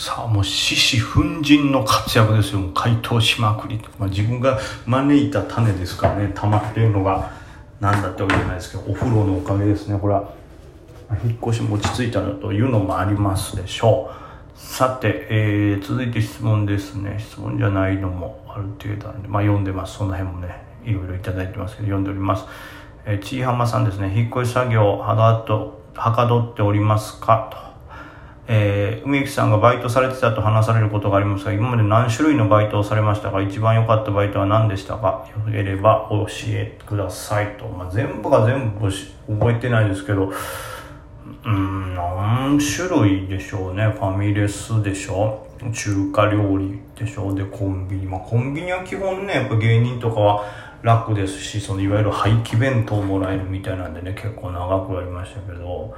さあもう獅子奮迅の活躍ですよ。もう回答しまくり、自分が招いた種ですからね、溜まってるのがなんだってわけじゃないですけど、お風呂のおかげですね。これは引っ越しも落ち着いたのというのもありますでしょう。さて、続いて質問ですね。質問じゃないのもある程度あるんで、読んでます。その辺もねいろいろいただいてますけど読んでおります。ちいはまさんですね。引っ越し作業はかどっておりますかと。梅木さんがバイトされてたと話されることがありますが、今まで何種類のバイトをされましたか？一番良かったバイトは何でしたか？よければ教えてくださいと。全部が全部覚えてないですけど、何種類でしょうね。ファミレスでしょ、中華料理でしょ、でコンビニ、コンビニは基本ねやっぱ芸人とかは楽ですし、そのいわゆる廃棄弁当もらえるみたいなんでね、結構長くやりましたけど、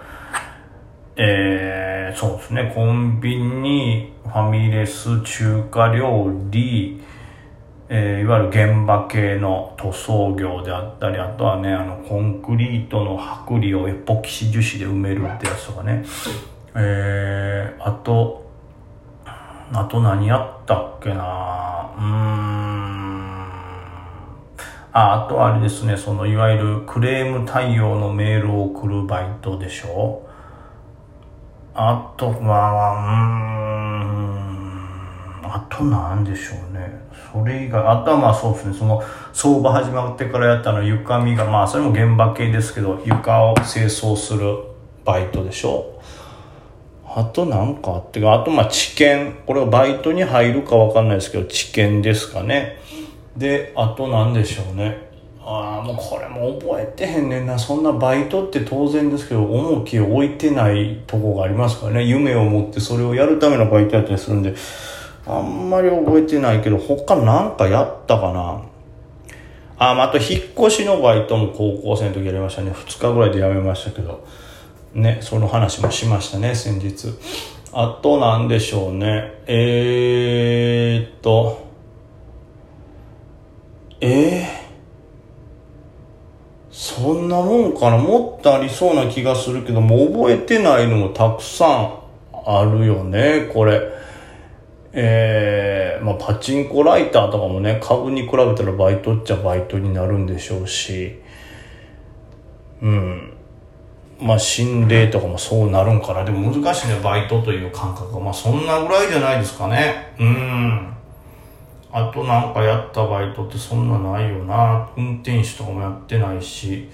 そうですね、コンビニ、ファミレス、中華料理、いわゆる現場系の塗装業であったり、あとはねコンクリートの剥離をエポキシ樹脂で埋めるってやつとかね、あと何やったっけな、あとはあれですね、そのいわゆるクレーム対応のメールを送るバイトでしょ。あとあとなんでしょうね。それ以外、あとはそうですね、その相場始まってからやった床見が、それも現場系ですけど、床を清掃するバイトでしょ。あとなんかあって、あと知見、これはバイトに入るかわかんないですけど、知見ですかね。で、あとなんでしょうね。もうこれも覚えてへんねんな。そんなバイトって当然ですけど重きを置いてないとこがありますからね。夢を持ってそれをやるためのバイトやったりするんで、あんまり覚えてないけど、他なんかやったかな。あと引っ越しのバイトも高校生の時やりましたね。2日ぐらいで辞めましたけどね、その話もしましたね先日。あとなんでしょうね、そんなもんかな。もっとありそうな気がするけども、覚えてないのもたくさんあるよねこれ。パチンコライターとかもね、株に比べたらバイトっちゃバイトになるんでしょうし、心霊とかもそうなるんかな。でも難しいね、バイトという感覚が。そんなぐらいじゃないですかね。あとなんかやったバイトってそんなないよな。運転手とかもやってないし、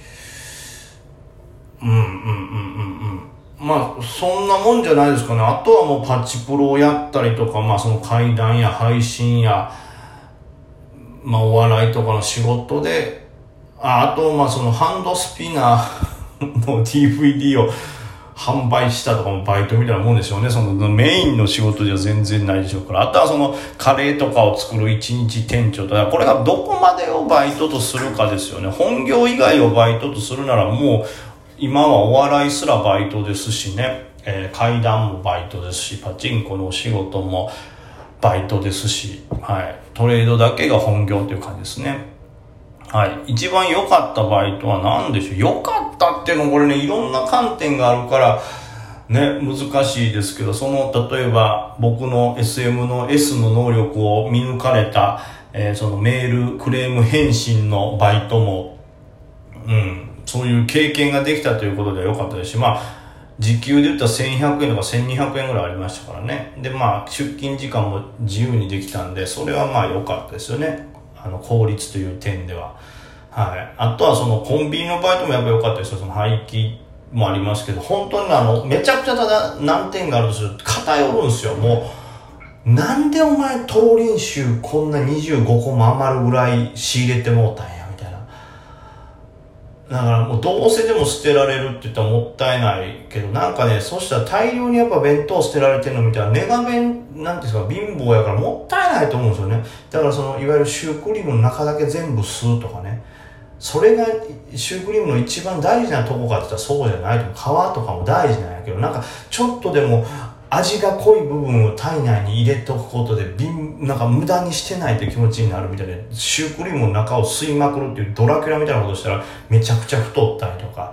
そんなもんじゃないですかね。あとはもうパチプロをやったりとか、その怪談や配信やお笑いとかの仕事で、あとそのハンドスピナーの DVD を販売したとかもバイトみたいなもんでしょうね。そのメインの仕事じゃ全然ないでしょうから。あとはそのカレーとかを作る一日店長とか、これがどこまでをバイトとするかですよね。本業以外をバイトとするならもう今はお笑いすらバイトですしね、怪談もバイトですし、パチンコのお仕事もバイトですし、トレードだけが本業という感じですね。一番良かったバイトは何でしょう。良かったっていうのもこれね、いろんな観点があるからね、難しいですけど、例えば僕の SM の S の能力を見抜かれた、そのメールクレーム返信のバイトもそういう経験ができたということでは良かったですし、時給で言ったら1100円とか1200円ぐらいありましたからね。で出勤時間も自由にできたんで、それは良かったですよね。効率という点では。あとはそのコンビニのバイトもやっぱ良かったですよ。その廃棄もありますけど、本当にめちゃくちゃただ難点があるとすると偏るんですよ。もうなんでお前トロリン臭こんな25個も余るぐらい仕入れてもうたんやみたいな。だからもうどうせでも捨てられるって言ったらもったいないけど、そしたら大量にやっぱ弁当捨てられてるのみたいな、ネガ弁なんていうんですか、貧乏やからもったいないと思うんですよね。だからそのいわゆるシュークリームの中だけ全部吸うとかね、それがシュークリームの一番大事なとこかって言ったらそうじゃないと思う。皮とかも大事なんやけど、ちょっとでも味が濃い部分を体内に入れておくことで無駄にしてないという気持ちになるみたいで、シュークリームの中を吸いまくるっていうドラキュラみたいなことしたらめちゃくちゃ太ったりとか。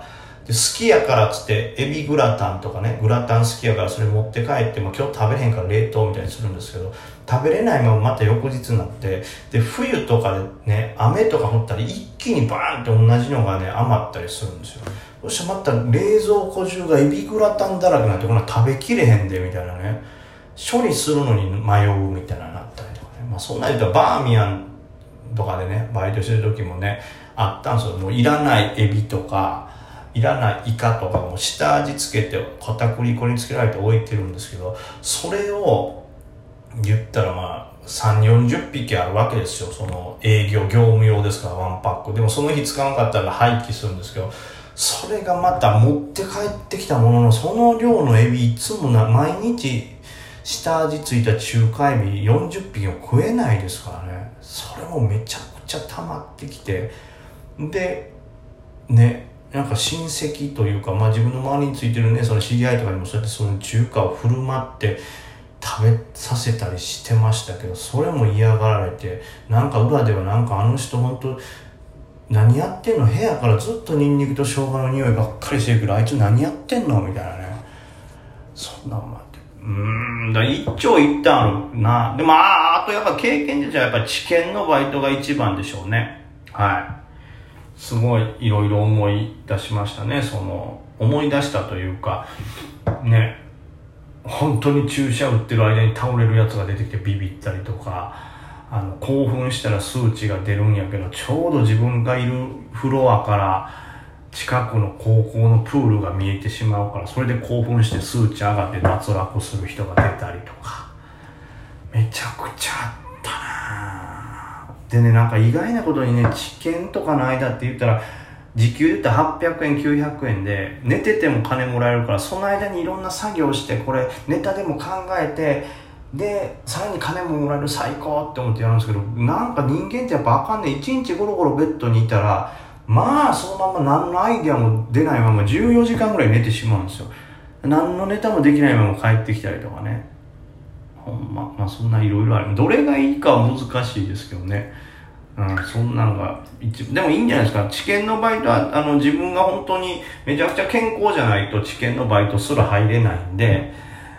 好きやからっつってエビグラタンとかね、グラタン好きやからそれ持って帰っても今日食べれへんから冷凍みたいにするんですけど、食べれないまままた翌日になって、で冬とかでね雨とか降ったり一気にバーンって同じのがね余ったりするんですよ。そしたらまた冷蔵庫中がエビグラタンだらけになって、こんな食べきれへんでみたいなね、処理するのに迷うみたいななったりとかね、そんな言うとバーミヤンとかでねバイトしてる時もねあったんですよ。もういらないエビとかいらないイカとかも下味つけて片栗粉につけられて置いてるんですけど、それを言ったら3、40匹あるわけですよ。その業務用ですからワンパックでもその日使わなかったら廃棄するんですけど、それがまた持って帰ってきたものの、その量のエビいつも毎日下味ついた中華エビ40匹も食えないですからね。それもめちゃくちゃ溜まってきて、でね、なんか親戚というか、自分の周りについてるねその知り合いとかにもそうやってその中華を振る舞って食べさせたりしてましたけど、それも嫌がられて、なんか裏ではなんかあの人本当何やってんの、部屋からずっとニンニクと生姜の匂いばっかりしてるけどあいつ何やってんのみたいなね、そんなんもあって、だ一長一短あるな。でもあとやっぱ経験でじゃやっぱ治験のバイトが一番でしょうね。すごいいろいろ思い出しましたね。思い出したというかね、本当に注射打ってる間に倒れるやつが出てきてビビったりとか、興奮したら数値が出るんやけど、ちょうど自分がいるフロアから近くの高校のプールが見えてしまうから、それで興奮して数値上がって脱落する人が出たりとか、めちゃくちゃあったな。でね、なんか意外なことにね、治験とかの間って言ったら時給で言ったら800円900円で寝てても金もらえるから、その間にいろんな作業して、これネタでも考えて、でさらに金ももらえる、最高って思ってやるんですけど、なんか人間ってやっぱあかんね。一日ゴロゴロベッドにいたらそのまま何のアイデアも出ないまま14時間ぐらい寝てしまうんですよ。何のネタもできないまま帰ってきたりとかね、ほんまそんないろいろある。どれがいいかは難しいですけどね、そんなのがでもいいんじゃないですか。治験のバイトは自分が本当にめちゃくちゃ健康じゃないと治験のバイトすら入れないんで、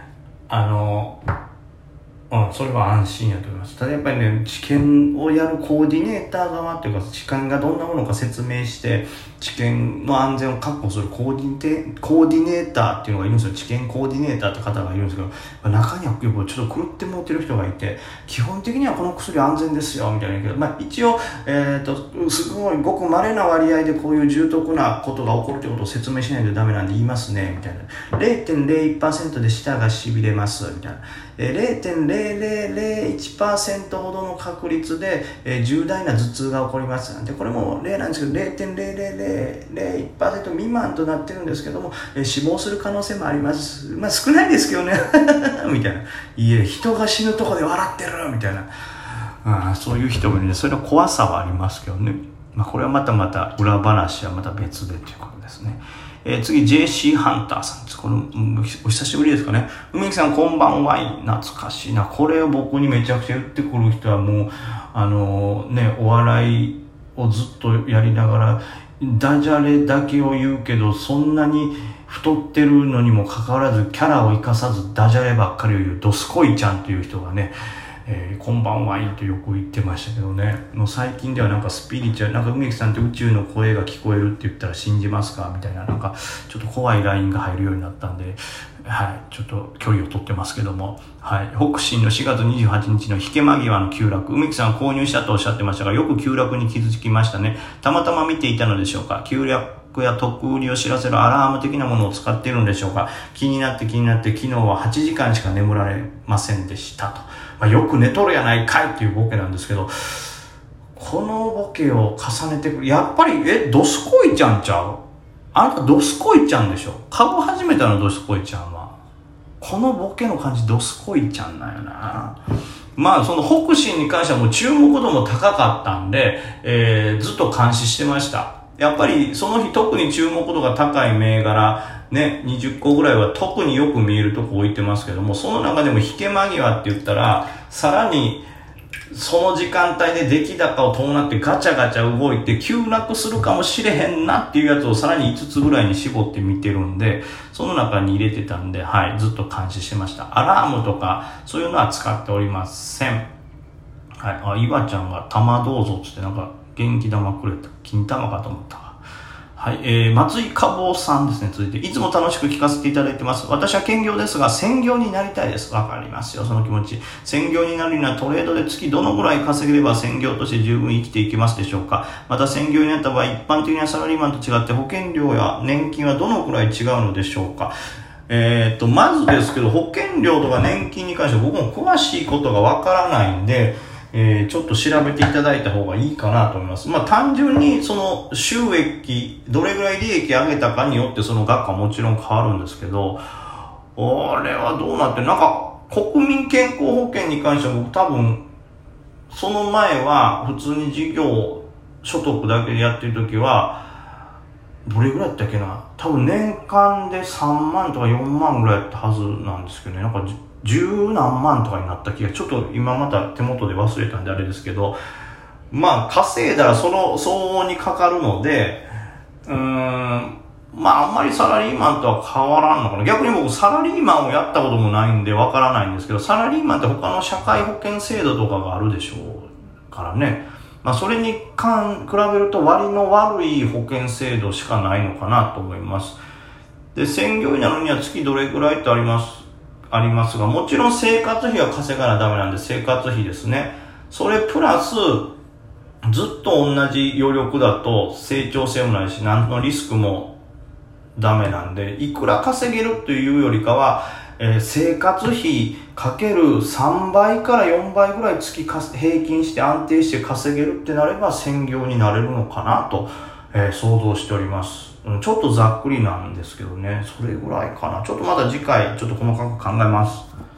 それは安心やと思います。ただやっぱりね、治験をやるコーディネーター側というか、治験がどんなものか説明して治験の安全を確保するコーディネーターっていうのがいるんですよ。治験コーディネーターって方がいるんですけど、中にはちょっと狂って持ってる人がいて、基本的にはこの薬安全ですよみたいな言うけど、一応、すごいごく稀な割合でこういう重篤なことが起こるということを説明しないとダメなんで言いますねみたいな。 0.01% で舌がしびれますみたいな、0.0001% ほどの確率で、重大な頭痛が起こりますなんて、これも例なんですけど 0.0001% 未満となってるんですけども、死亡する可能性もあります。少ないですけどねみたいな、いえ人が死ぬとこで笑ってるみたいな、そういう人もいるんで、それの怖さはありますけどね。これはまた裏話はまた別でということですね。次 JC ハンターさんです。このお久しぶりですかね。梅木さんこんばんは。懐かしいな。これを僕にめちゃくちゃ言ってくる人はもうお笑いをずっとやりながらダジャレだけを言うけど、そんなに太ってるのにもかかわらずキャラを生かさずダジャレばっかりを言うドスコイちゃんという人がね、こんばんはいいとよく言ってましたけどね。もう最近ではなんかスピリチュアル、なんか梅木さんって宇宙の声が聞こえるって言ったら信じますかみたいな、なんかちょっと怖いラインが入るようになったんで、ちょっと距離を取ってますけども、北進の4月28日の引け間際の急落、梅木さん購入したとおっしゃってましたが、よく急落に気づきましたね。たまたま見ていたのでしょうか。急落や特売りを知らせるアラーム的なものを使っているんでしょうか。気になって昨日は8時間しか眠られませんでしたと。よく寝とるやないかいっていうボケなんですけど、このボケを重ねてくる、やっぱりドスコイちゃんちゃう？あなたドスコイちゃんでしょ。株始めたのドスコイちゃんは。このボケの感じドスコイちゃんなんよな。その北進に関してはもう注目度も高かったんで、ずっと監視してました。やっぱりその日特に注目度が高い銘柄ね、20個ぐらいは特によく見えるとこ置いてますけども、その中でも引け間際って言ったらさらにその時間帯で出来高を伴ってガチャガチャ動いて急落するかもしれへんなっていうやつをさらに5つぐらいに絞って見てるんで、その中に入れてたんで、はい、ずっと監視してました。アラームとかそういうのは使っておりません。はい、岩ちゃんが玉どうぞっつってなんか元気玉くれた。金玉かと思ったわ。はい、松井かぼうさんですね。続いて、いつも楽しく聞かせていただいてます。私は兼業ですが、専業になりたいです。わかりますよ、その気持ち。専業になるにはトレードで月どのぐらい稼げれば専業として十分生きていけますでしょうか。また専業になった場合、一般的なサラリーマンと違って保険料や年金はどのくらい違うのでしょうか。まずですけど、保険料とか年金に関しては僕も詳しいことがわからないんで、ちょっと調べていただいた方がいいかなと思います。まあ単純にその収益、どれぐらい利益上げたかによってその額はもちろん変わるんですけど、俺はどうなってなんか国民健康保険に関しては僕多分その前は普通に事業所得だけでやってる時はどれぐらいだったっけな、多分年間で3万とか4万ぐらいだったはずなんですけどね、なんか十何万とかになった気が、ちょっと今また手元で忘れたんであれですけど、まあ稼いだらその相応にかかるので、まああんまりサラリーマンとは変わらんのかな。逆に僕サラリーマンをやったこともないんでわからないんですけど、サラリーマンって他の社会保険制度とかがあるでしょうからね。まあそれに比べると割の悪い保険制度しかないのかなと思います。で、専業になるには月どれぐらいってありますが、もちろん生活費は稼がなダメなんで生活費ですね。それプラス、ずっと同じ余力だと成長性もないし、何のリスクもダメなんで、いくら稼げるというよりかは、生活費かける3倍から4倍ぐらい月平均して安定して稼げるってなれば専業になれるのかなと、想像しております。ちょっとざっくりなんですけどね、それぐらいかな。ちょっとまた次回ちょっと細かく考えます。